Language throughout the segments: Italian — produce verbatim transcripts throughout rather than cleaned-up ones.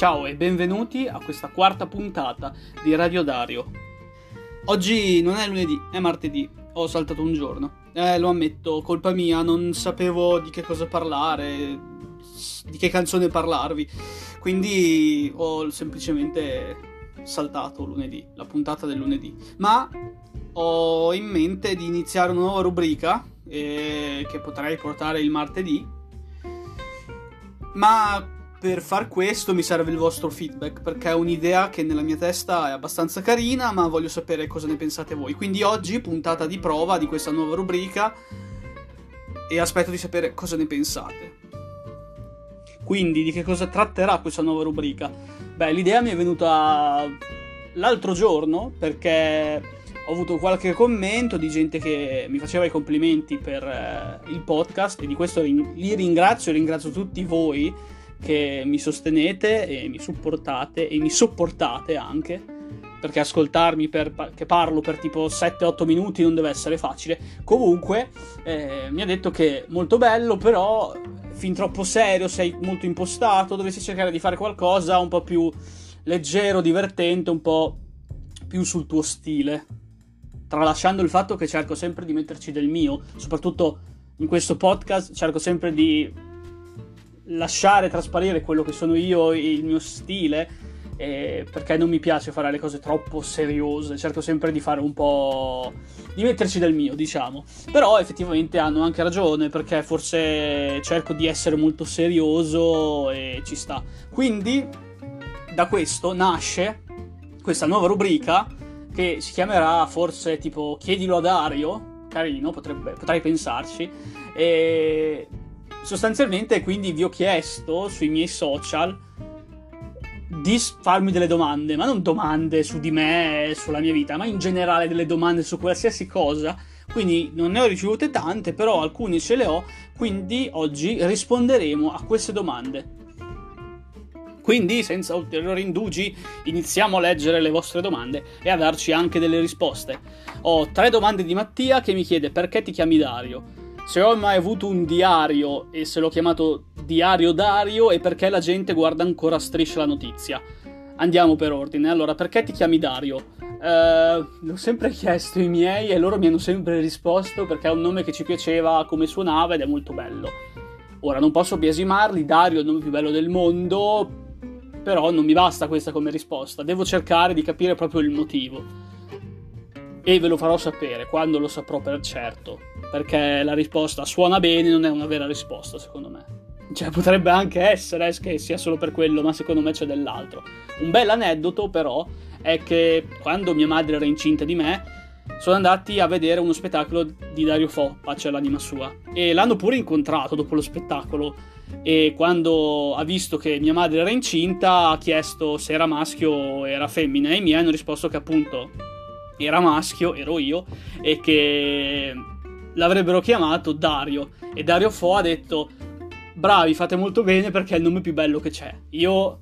Ciao e benvenuti a questa quarta puntata di Radio Dario. Oggi non è lunedì, è martedì, ho saltato un giorno. Eh, lo ammetto, colpa mia, non sapevo di che cosa parlare, di che canzone parlarvi, quindi ho semplicemente saltato lunedì, la puntata del lunedì. Ma ho in mente di iniziare una nuova rubrica eh, che potrei portare il martedì, ma per far questo mi serve il vostro feedback, perché è un'idea che nella mia testa è abbastanza carina, ma voglio sapere cosa ne pensate voi. Quindi oggi, puntata di prova di questa nuova rubrica, e aspetto di sapere cosa ne pensate. Quindi, di che cosa tratterà questa nuova rubrica? Beh, l'idea mi è venuta l'altro giorno, perché ho avuto qualche commento di gente che mi faceva i complimenti per eh, il podcast, e di questo ring- li ringrazio, ringrazio tutti voi che mi sostenete e mi supportate e mi sopportate anche, perché ascoltarmi per, che parlo per tipo sette otto minuti non deve essere facile. Comunque eh, mi ha detto che molto bello, però fin troppo serio, sei molto impostato, dovresti cercare di fare qualcosa un po' più leggero, divertente, un po' più sul tuo stile, tralasciando il fatto che cerco sempre di metterci del mio, soprattutto in questo podcast cerco sempre di lasciare trasparire quello che sono io e il mio stile, eh, perché non mi piace fare le cose troppo seriose, cerco sempre di fare un po', di metterci del mio, diciamo. Però effettivamente hanno anche ragione, perché forse cerco di essere molto serioso e ci sta. Quindi da questo nasce questa nuova rubrica che si chiamerà forse tipo Chiedilo a Dario, carino, potrebbe, potrei pensarci, e sostanzialmente quindi vi ho chiesto sui miei social di farmi delle domande, ma non domande su di me, sulla mia vita, ma in generale delle domande su qualsiasi cosa. Quindi non ne ho ricevute tante, però alcune ce le ho, quindi oggi risponderemo a queste domande. Quindi, senza ulteriori indugi, iniziamo a leggere le vostre domande e a darci anche delle risposte. Ho tre domande di Mattia che mi chiede: perché ti chiami Dario? Se ho mai avuto un diario e se l'ho chiamato Diario Dario, e perché la gente guarda ancora a Striscia la notizia. Andiamo per ordine. Allora, perché ti chiami Dario? Uh, l'ho sempre chiesto ai miei e loro mi hanno sempre risposto perché è un nome che ci piaceva come suonava ed è molto bello. Ora, non posso biasimarli, Dario è il nome più bello del mondo, però non mi basta questa come risposta, devo cercare di capire proprio il motivo. E ve lo farò sapere quando lo saprò per certo, perché la risposta suona bene non è una vera risposta, secondo me. Cioè, potrebbe anche essere eh, che sia solo per quello, ma secondo me c'è dell'altro. Un bel aneddoto però è che quando mia madre era incinta di me sono andati a vedere uno spettacolo di Dario Fo, pace all'anima sua, e l'hanno pure incontrato dopo lo spettacolo, e quando ha visto che mia madre era incinta ha chiesto se era maschio o era femmina, e i miei hanno risposto che appunto era maschio, ero io, e che l'avrebbero chiamato Dario. E Dario Fo ha detto: bravi, fate molto bene perché è il nome più bello che c'è. Io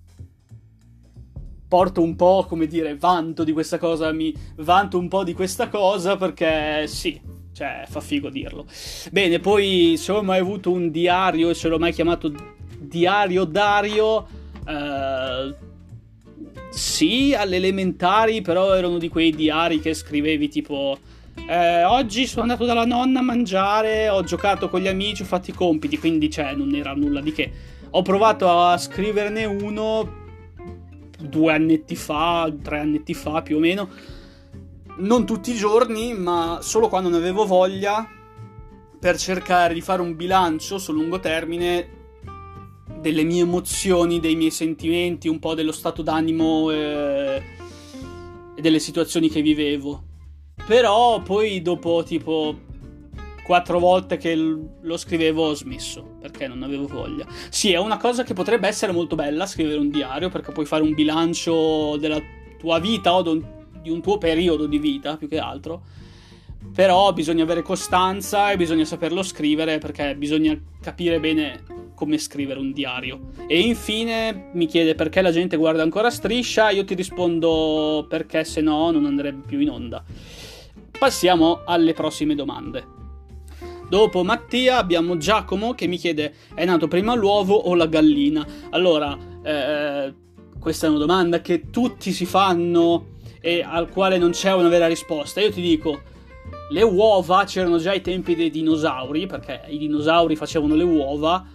porto un po', come dire, vanto di questa cosa, mi vanto un po' di questa cosa perché sì, cioè fa figo dirlo. Bene, poi se ho mai avuto un diario e se l'ho mai chiamato Diario Dario, eh... sì, alle elementari, però erano di quei diari che scrivevi tipo eh, oggi sono andato dalla nonna a mangiare, ho giocato con gli amici, ho fatto i compiti, quindi cioè non era nulla di che. Ho provato a scriverne uno due annetti fa, tre annetti fa più o meno, non tutti i giorni, ma solo quando ne avevo voglia, per cercare di fare un bilancio sul lungo termine delle mie emozioni, dei miei sentimenti, un po' dello stato d'animo e, e delle situazioni che vivevo. Però poi dopo tipo quattro volte che lo scrivevo ho smesso perché non avevo voglia. Sì, è una cosa che potrebbe essere molto bella, scrivere un diario, perché puoi fare un bilancio della tua vita o di un tuo periodo di vita più che altro. Però bisogna avere costanza e bisogna saperlo scrivere, perché bisogna capire bene come scrivere un diario. E infine mi chiede perché la gente guarda ancora Striscia. Io ti rispondo perché se no non andrebbe più in onda. Passiamo alle prossime domande. Dopo Mattia abbiamo Giacomo che mi chiede: è nato prima l'uovo o la gallina? Allora, Eh, questa è una domanda che tutti si fanno e al quale non c'è una vera risposta. Io ti dico, le uova c'erano già ai tempi dei dinosauri, perché i dinosauri facevano le uova,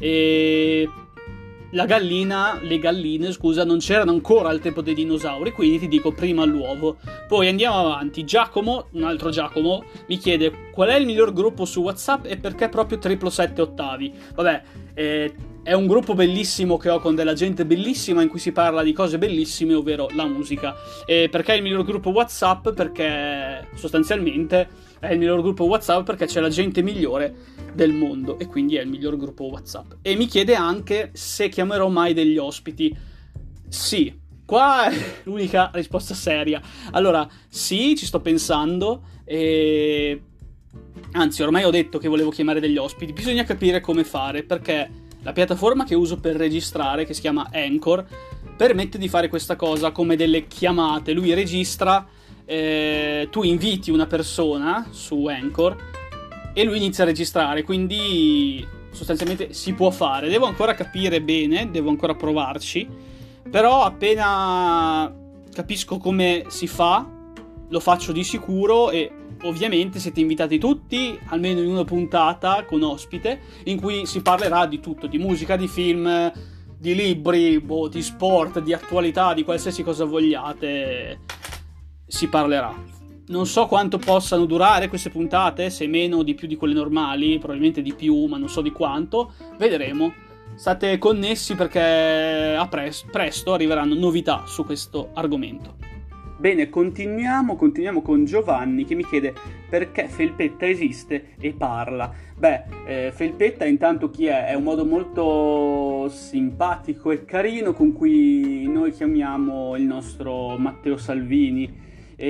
e la gallina, le galline, scusa, non c'erano ancora al tempo dei dinosauri, quindi ti dico prima l'uovo. Poi andiamo avanti. Giacomo, un altro Giacomo, mi chiede qual è il miglior gruppo su WhatsApp e perché proprio triplo sette ottavi. Vabbè, eh, è un gruppo bellissimo che ho con della gente bellissima in cui si parla di cose bellissime, ovvero la musica. E perché è il miglior gruppo WhatsApp? Perché sostanzialmente è il miglior gruppo WhatsApp perché c'è la gente migliore del mondo e quindi è il miglior gruppo WhatsApp. E mi chiede anche se chiamerò mai degli ospiti. Sì, qua è l'unica risposta seria. Allora, sì, ci sto pensando e... anzi, ormai ho detto che volevo chiamare degli ospiti. Bisogna capire come fare, perché la piattaforma che uso per registrare, che si chiama Anchor, permette di fare questa cosa come delle chiamate. Lui registra, eh, tu inviti una persona su Anchor e lui inizia a registrare, quindi sostanzialmente si può fare. Devo ancora capire bene, devo ancora provarci, però appena capisco come si fa, lo faccio di sicuro. E ovviamente siete invitati tutti, almeno in una puntata con ospite, in cui si parlerà di tutto, di musica, di film, di libri, boh, di sport, di attualità, di qualsiasi cosa vogliate, si parlerà. Non so quanto possano durare queste puntate, se meno o di più di quelle normali, probabilmente di più, ma non so di quanto, vedremo. State connessi perché a pres- presto arriveranno novità su questo argomento. Bene, continuiamo, continuiamo con Giovanni che mi chiede perché Felpetta esiste e parla. Beh, eh, Felpetta intanto chi è? È un modo molto simpatico e carino con cui noi chiamiamo il nostro Matteo Salvini.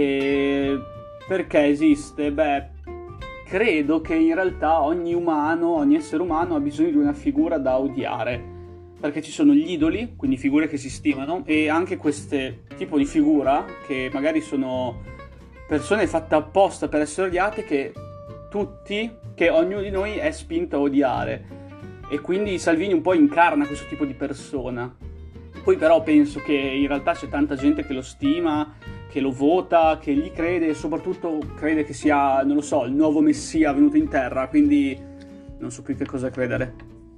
E perché esiste? Beh, credo che in realtà ogni umano, ogni essere umano ha bisogno di una figura da odiare, perché ci sono gli idoli, quindi figure che si stimano, e anche questo tipo di figura che magari sono persone fatte apposta per essere odiate, che tutti, che ognuno di noi è spinto a odiare, e quindi Salvini un po' incarna questo tipo di persona. Poi però penso che in realtà c'è tanta gente che lo stima, che lo vota, che gli crede e soprattutto crede che sia, non lo so, il nuovo messia venuto in terra, quindi non so più che cosa credere.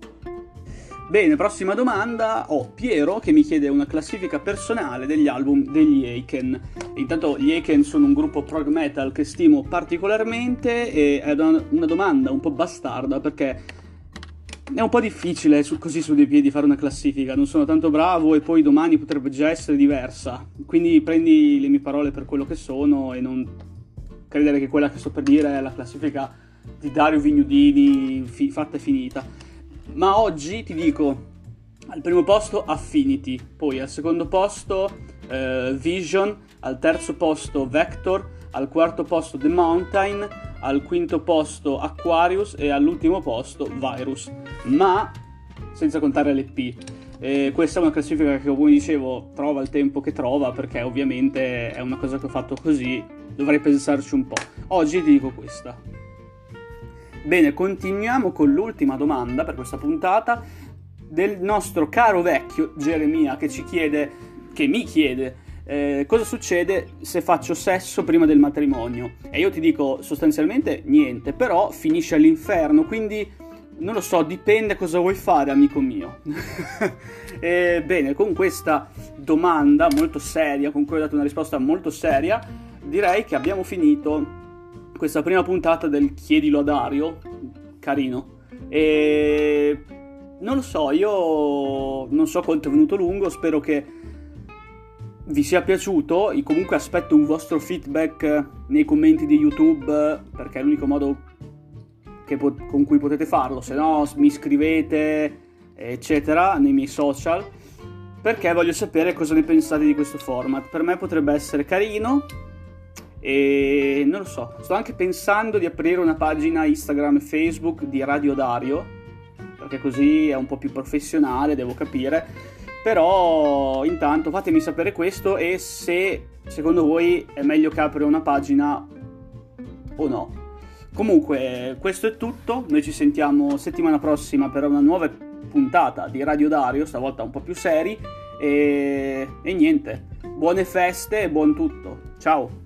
Bene, prossima domanda. Ho oh, Piero che mi chiede una classifica personale degli album degli Aiken. Intanto gli Aiken sono un gruppo prog metal che stimo particolarmente e è una domanda un po' bastarda perché è un po' difficile su, così su dei piedi fare una classifica, non sono tanto bravo e poi domani potrebbe già essere diversa, quindi prendi le mie parole per quello che sono e non credere che quella che sto per dire è la classifica di Dario Vignudini fi- fatta e finita. Ma oggi ti dico, al primo posto Affinity, poi al secondo posto eh, Vision, al terzo posto Vector, al quarto posto The Mountain, al quinto posto Aquarius e all'ultimo posto Virus, ma senza contare l'E P. E questa è una classifica che, come dicevo, trova il tempo che trova, perché ovviamente è una cosa che ho fatto così, dovrei pensarci un po'. Oggi ti dico questa. Bene, continuiamo con l'ultima domanda per questa puntata del nostro caro vecchio Geremia che ci chiede, che mi chiede Eh, cosa succede se faccio sesso prima del matrimonio? E io ti dico sostanzialmente niente, però finisce all'inferno, quindi non lo so, dipende cosa vuoi fare, amico mio. E, bene, con questa domanda molto seria, con cui ho dato una risposta molto seria, direi che abbiamo finito questa prima puntata del Chiedilo a Dario, carino. E non lo so, io non so quanto è venuto lungo, spero che vi sia piaciuto. Io comunque aspetto un vostro feedback nei commenti di YouTube, perché è l'unico modo che po- con cui potete farlo, se no mi scrivete eccetera nei miei social, perché voglio sapere cosa ne pensate di questo format. Per me potrebbe essere carino e non lo so, sto anche pensando di aprire una pagina Instagram e Facebook di Radio Dario, perché così è un po' più professionale, devo capire. Però intanto fatemi sapere questo e se secondo voi è meglio che apra una pagina o no. Comunque, questo è tutto. Noi ci sentiamo settimana prossima per una nuova puntata di Radio Dario, stavolta un po' più seri. E, e niente, buone feste e buon tutto. Ciao!